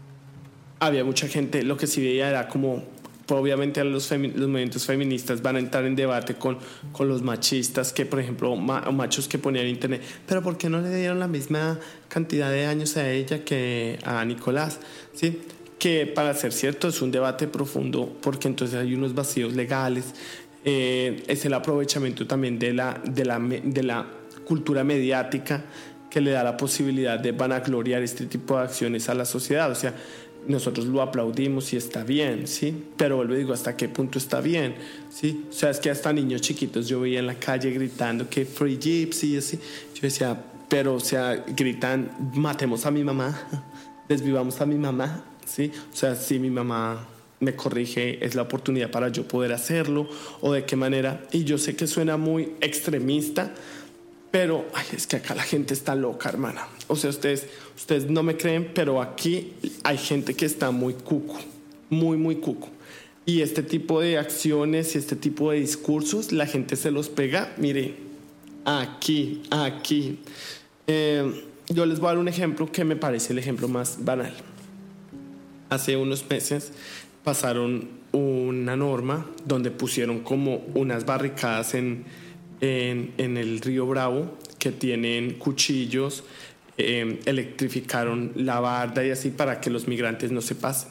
había mucha gente, lo que sí veía era como, obviamente los, femi- los movimientos feministas van a entrar en debate con, con los machistas, que por ejemplo ma- machos que ponían en internet, pero ¿por qué no le dieron la misma cantidad de años a ella que a Nicolás? ¿Sí? Que para ser cierto es un debate profundo, porque entonces hay unos vacíos legales, eh, es el aprovechamiento también de la, de, la, de la cultura mediática que le da la posibilidad de vanagloriar este tipo de acciones a la sociedad. O sea, nosotros lo aplaudimos y está bien, ¿sí? Pero vuelvo y digo, ¿hasta qué punto está bien? ¿Sí? O sea, es que hasta niños chiquitos yo veía en la calle gritando que free Gypsy y así. Yo decía, pero, o sea, gritan, matemos a mi mamá, desvivamos a mi mamá, ¿sí? O sea, si mi mamá me corrige, es la oportunidad para yo poder hacerlo, o de qué manera. Y yo sé que suena muy extremista, pero ay, es que acá la gente está loca, hermana. O sea, ustedes, ustedes no me creen, pero aquí hay gente que está muy cuco, muy, muy cuco. Y este tipo de acciones y este tipo de discursos, la gente se los pega, mire, aquí, aquí. Eh, yo les voy a dar un ejemplo que me parece el ejemplo más banal. Hace unos meses pasaron una norma donde pusieron como unas barricadas en... En, en el río Bravo, que tienen cuchillos, eh, electrificaron la barda y así para que los migrantes no se pasen.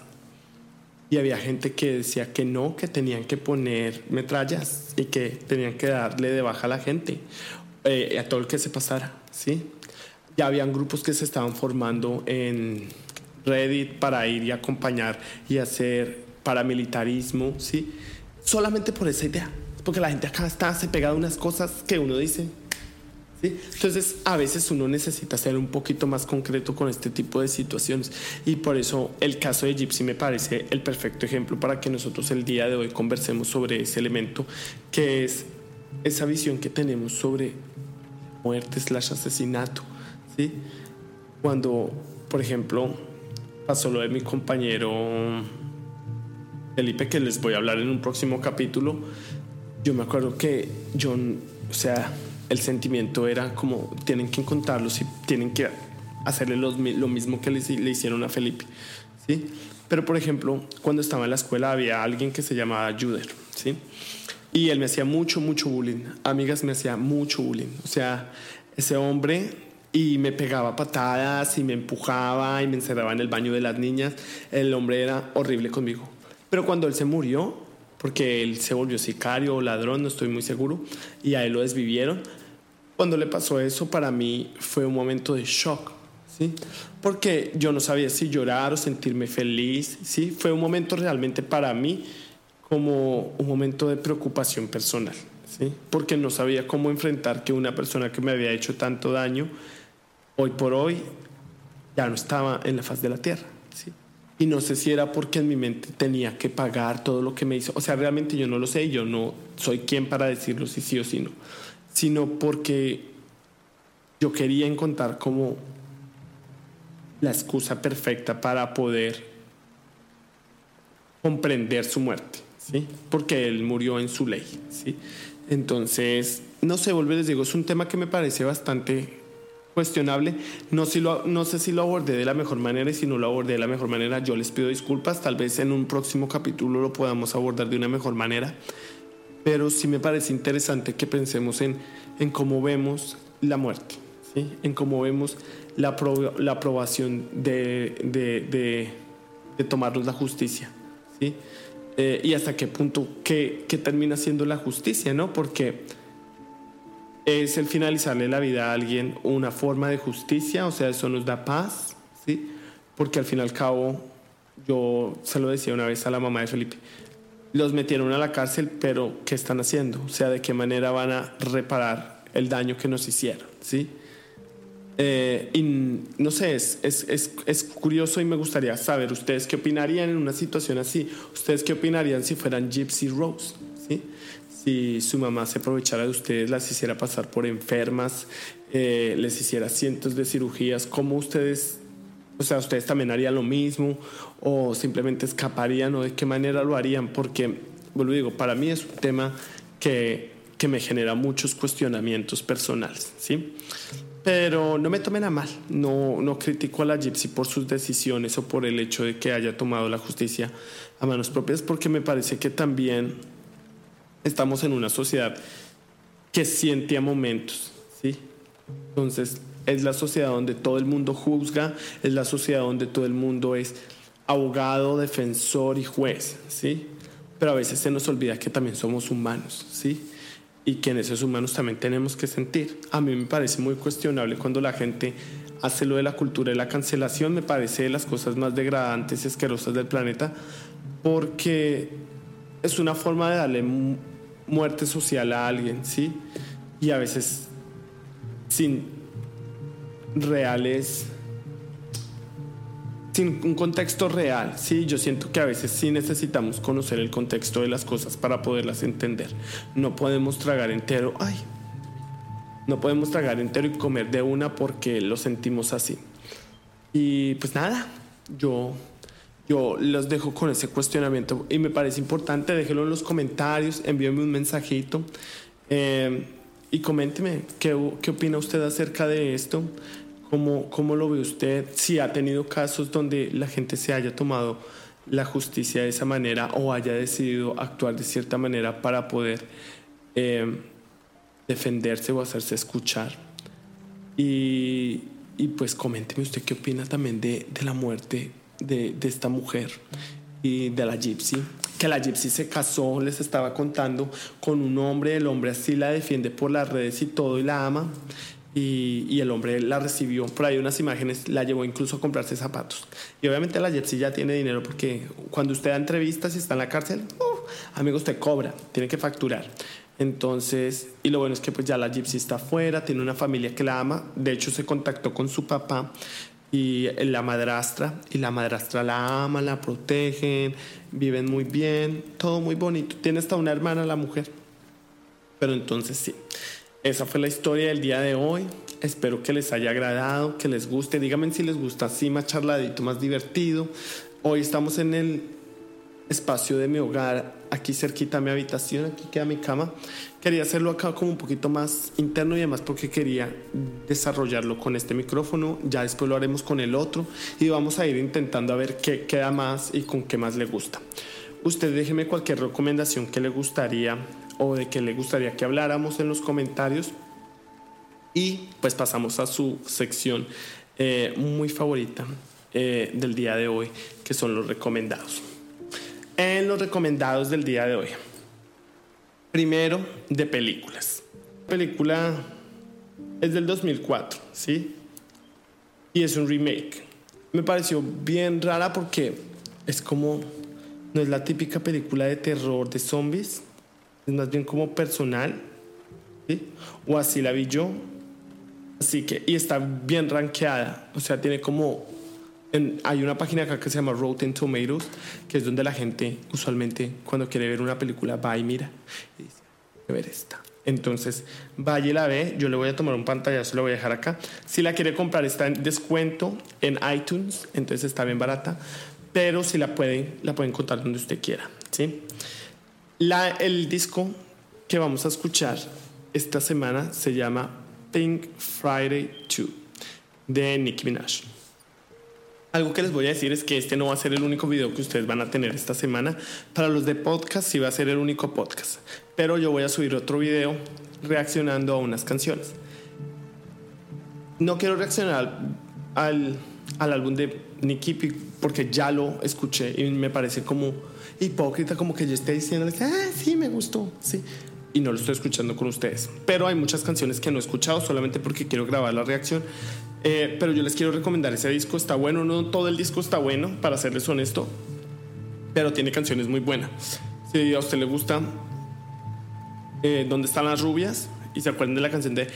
Y había gente que decía que no, que tenían que poner metrallas y que tenían que darle de baja a la gente, eh, a todo el que se pasara, ¿sí? Ya habían grupos que se estaban formando en Reddit para ir y acompañar y hacer paramilitarismo, ¿sí? Solamente por esa idea. Porque la gente acá está, se pega de unas cosas que uno dice, ¿sí? Entonces a veces uno necesita ser un poquito más concreto con este tipo de situaciones, y por eso el caso de Gypsy me parece el perfecto ejemplo para que nosotros el día de hoy conversemos sobre ese elemento, que es esa visión que tenemos sobre muerte slash asesinato, ¿sí? Cuando, por ejemplo, pasó lo de mi compañero Felipe, que les voy a hablar en un próximo capítulo. Yo me acuerdo que yo, o sea, el sentimiento era como, tienen que encontrarlos y tienen que hacerle los, lo mismo que le, le hicieron a Felipe, ¿sí? Pero, por ejemplo, cuando estaba en la escuela había alguien que se llamaba Juder, ¿sí? Y él me hacía mucho, mucho bullying. Amigas, me hacía mucho bullying. O sea, ese hombre, y me pegaba patadas y me empujaba y me encerraba en el baño de las niñas. El hombre era horrible conmigo. Pero cuando él se murió, porque él se volvió sicario o ladrón, no estoy muy seguro, y a él lo desvivieron, cuando le pasó eso, para mí fue un momento de shock, ¿sí? Porque yo no sabía si llorar o sentirme feliz, ¿sí? Fue un momento realmente para mí como un momento de preocupación personal, ¿sí? Porque no sabía cómo enfrentar que una persona que me había hecho tanto daño, hoy por hoy, ya no estaba en la faz de la tierra, ¿sí? Y no sé si era porque en mi mente tenía que pagar todo lo que me hizo. O sea, realmente yo no lo sé y yo no soy quien para decirlo si sí o si no. Sino porque yo quería encontrar como la excusa perfecta para poder comprender su muerte, ¿sí? Porque él murió en su ley, ¿sí? Entonces, no sé, vuelvo y les digo, es un tema que me parece bastante cuestionable. No, si lo, no sé si lo abordé de la mejor manera, y si no lo abordé de la mejor manera, yo les pido disculpas. Tal vez en un próximo capítulo lo podamos abordar de una mejor manera. Pero sí me parece interesante que pensemos en, en cómo vemos la muerte, ¿sí? En cómo vemos la, pro, la aprobación de, de, de, de tomarnos la justicia, ¿sí? Eh, y hasta qué punto, qué, qué termina siendo la justicia, ¿no? Porque es el finalizarle la vida a alguien una forma de justicia, o sea, eso nos da paz, ¿sí? Porque al fin y al cabo, yo se lo decía una vez a la mamá de Felipe, los metieron a la cárcel, pero ¿qué están haciendo? O sea, ¿de qué manera van a reparar el daño que nos hicieron? ¿Sí? Eh, y no sé, es, es, es, es curioso y me gustaría saber ustedes qué opinarían en una situación así. ¿Ustedes qué opinarían si fueran Gypsy Rose? ¿Sí? Si su mamá se aprovechara de ustedes, las hiciera pasar por enfermas, eh, les hiciera cientos de cirugías, ¿cómo ustedes... O sea, ¿ustedes también harían lo mismo o simplemente escaparían o de qué manera lo harían? Porque, vuelvo y digo, para mí es un tema que, que me genera muchos cuestionamientos personales, ¿sí? Pero no me tomen a mal, no, no critico a la Gypsy por sus decisiones o por el hecho de que haya tomado la justicia a manos propias, porque me parece que también estamos en una sociedad que siente a momentos, ¿sí? Entonces... es la sociedad donde todo el mundo juzga, es la sociedad donde todo el mundo es abogado, defensor y juez, ¿sí? Pero a veces se nos olvida que también somos humanos, ¿sí? Y que en esos humanos también tenemos que sentir. A mí me parece muy cuestionable cuando la gente hace lo de la cultura de la cancelación, me parece de las cosas más degradantes y asquerosas del planeta, porque es una forma de darle muerte social a alguien, ¿sí? Y a veces sin reales, sin un contexto real, sí, yo siento que a veces sí necesitamos conocer el contexto de las cosas para poderlas entender. No podemos tragar entero, ay, no podemos tragar entero y comer de una porque lo sentimos así. Y pues nada, yo, yo los dejo con ese cuestionamiento y me parece importante, déjenlo en los comentarios, envíenme un mensajito. Eh, Y coménteme, ¿qué, qué opina usted acerca de esto? ¿Cómo, ¿Cómo lo ve usted? Si ha tenido casos donde la gente se haya tomado la justicia de esa manera o haya decidido actuar de cierta manera para poder eh, defenderse o hacerse escuchar. Y, y pues coménteme usted qué opina también de, de la muerte de, de esta mujer y de la Gypsy. Que la Gypsy se casó, les estaba contando, con un hombre. El hombre así la defiende por las redes y todo y la ama, y, y el hombre la recibió, por ahí unas imágenes, la llevó incluso a comprarse zapatos. Y obviamente la Gypsy ya tiene dinero, porque cuando usted da entrevistas y está en la cárcel, uh, amigo, usted cobra, tiene que facturar. Entonces, y lo bueno es que pues ya la Gypsy está afuera, tiene una familia que la ama. De hecho se contactó con su papá y la madrastra, y la madrastra la ama, la protegen, viven muy bien, todo muy bonito. Tiene hasta una hermana la mujer. Pero entonces sí, esa fue la historia del día de hoy. Espero que les haya agradado, que les guste. Díganme si les gusta así, más charladito, más divertido. Hoy estamos en el espacio de mi hogar, aquí cerquita a mi habitación, aquí queda mi cama. Quería hacerlo acá como un poquito más interno y además porque quería desarrollarlo con este micrófono. Ya después lo haremos con el otro y vamos a ir intentando a ver qué queda más y con qué más le gusta. Usted déjeme cualquier recomendación que le gustaría o de que le gustaría que habláramos en los comentarios y pues pasamos a su sección eh, muy favorita eh, del día de hoy, que son los recomendados. En los recomendados del día de hoy, primero de películas. La película es del dos mil cuatro, ¿sí? Y es un remake. Me pareció bien rara porque es como, no es la típica película de terror de zombies, es más bien como personal, ¿sí? O así la vi yo. Así que, y está bien rankeada, o sea, tiene como, en, hay una página acá que se llama Rotten Tomatoes, que es donde la gente usualmente cuando quiere ver una película va y mira y dice, voy a ver esta. Entonces vaya y la ve. Yo le voy a tomar un pantallazo, lo voy a dejar acá. Si la quiere comprar está en descuento en iTunes, entonces está bien barata, pero si la puede, la puede encontrar donde usted quiera, ¿sí? La, el disco que vamos a escuchar esta semana se llama Pink Friday dos de Nicki Minaj. Algo que les voy a decir es que este no va a ser el único video que ustedes van a tener esta semana. Para los de podcast sí va a ser el único podcast, pero yo voy a subir otro video reaccionando a unas canciones. No quiero reaccionar al, al álbum de Nicki porque ya lo escuché y me parece como hipócrita, como que yo esté diciéndoles, ah, sí, me gustó, sí, y no lo estoy escuchando con ustedes. Pero hay muchas canciones que no he escuchado solamente porque quiero grabar la reacción. Eh, pero yo les quiero recomendar ese disco. Está bueno, no todo el disco está bueno, para serles honesto, pero tiene canciones muy buenas. Si a usted le gusta eh, ¿Dónde están las rubias? Y se acuerdan de la canción de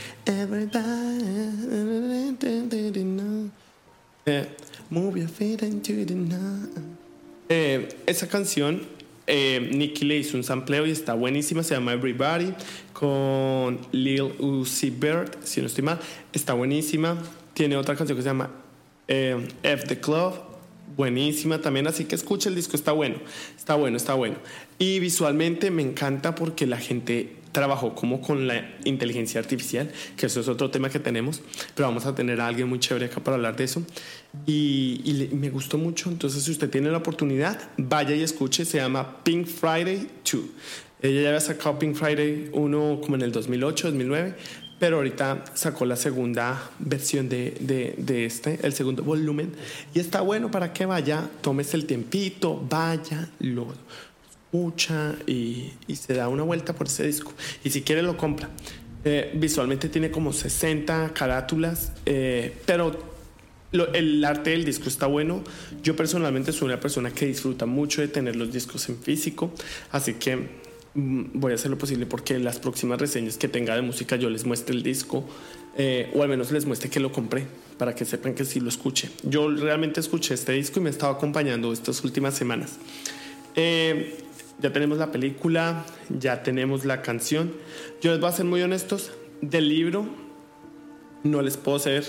eh, Move your feet into the night. Eh, esa canción eh, Nicki le hizo un sampleo y está buenísima. Se llama Everybody con Lil Uzi Vert, si no estoy mal. Está buenísima. Tiene otra canción que se llama eh, F The Club, buenísima también, así que escucha el disco, está bueno, está bueno, está bueno. Y visualmente me encanta porque la gente trabajó como con la inteligencia artificial, que eso es otro tema que tenemos, pero vamos a tener a alguien muy chévere acá para hablar de eso. Y, y le, me gustó mucho, entonces si usted tiene la oportunidad, vaya y escuche, se llama Pink Friday dos. Ella ya había sacado Pink Friday uno como en el dos mil ocho, dos mil nueve, pero ahorita sacó la segunda versión de, de, de este, el segundo volumen, y está bueno para que vaya, tómese el tiempito, vaya, lo escucha y, y se da una vuelta por ese disco, y si quiere lo compra. Eh, visualmente tiene como sesenta carátulas, eh, pero lo, el arte del disco está bueno. Yo personalmente soy una persona que disfruta mucho de tener los discos en físico, así que voy a hacer lo posible porque las próximas reseñas que tenga de música yo les muestre el disco, eh, o al menos les muestre que lo compré para que sepan que sí lo escuché. Yo realmente escuché este disco y me estaba acompañando estas últimas semanas. Eh, ya tenemos la película, ya tenemos la canción. Yo les voy a ser muy honestos, del libro no les puedo ser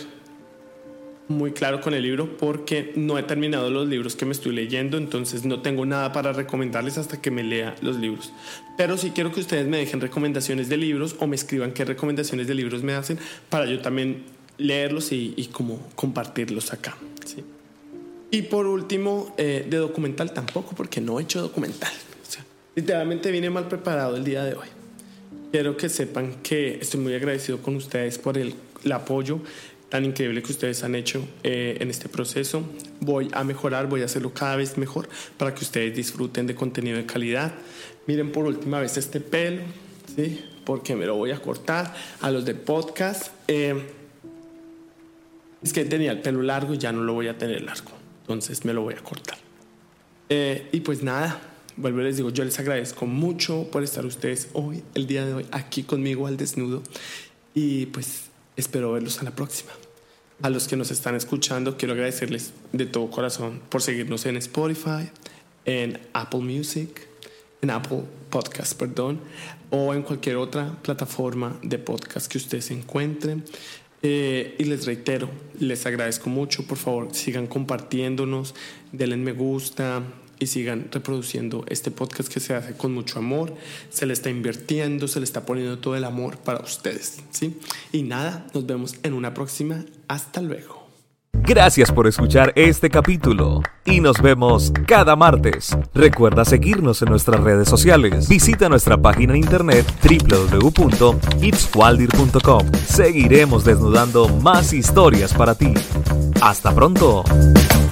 muy claro con el libro porque no he terminado los libros que me estoy leyendo, entonces no tengo nada para recomendarles hasta que me lea los libros. Pero sí quiero que ustedes me dejen recomendaciones de libros o me escriban qué recomendaciones de libros me hacen para yo también leerlos y, y como compartirlos acá, ¿sí? Y por último, eh, de documental tampoco, porque no he hecho documental. O sea, literalmente vine mal preparado el día de hoy. Quiero que sepan que estoy muy agradecido con ustedes por el, el apoyo tan increíble que ustedes han hecho eh, en este proceso. Voy a mejorar, voy a hacerlo cada vez mejor para que ustedes disfruten de contenido de calidad. Miren por última vez este pelo, ¿sí? Porque me lo voy a cortar. A los de podcast, eh, es que tenía el pelo largo y ya no lo voy a tener largo, entonces me lo voy a cortar. Eh, y pues nada, vuelvo y les digo, yo les agradezco mucho por estar ustedes hoy, el día de hoy, aquí conmigo al desnudo. Y pues espero verlos a la próxima. A los que nos están escuchando, quiero agradecerles de todo corazón por seguirnos en Spotify, en Apple Music, en Apple Podcast, perdón, o en cualquier otra plataforma de podcast que ustedes encuentren. Eh, y les reitero, les agradezco mucho. Por favor, sigan compartiéndonos, denle me gusta, y sigan reproduciendo este podcast que se hace con mucho amor. Se le está invirtiendo, se le está poniendo todo el amor para ustedes, ¿sí? Y nada, nos vemos en una próxima. Hasta luego. Gracias por escuchar este capítulo y nos vemos cada martes. Recuerda seguirnos en nuestras redes sociales. Visita nuestra página en internet doble u doble u doble u punto its waldir punto com. Seguiremos desnudando más historias para ti. Hasta pronto.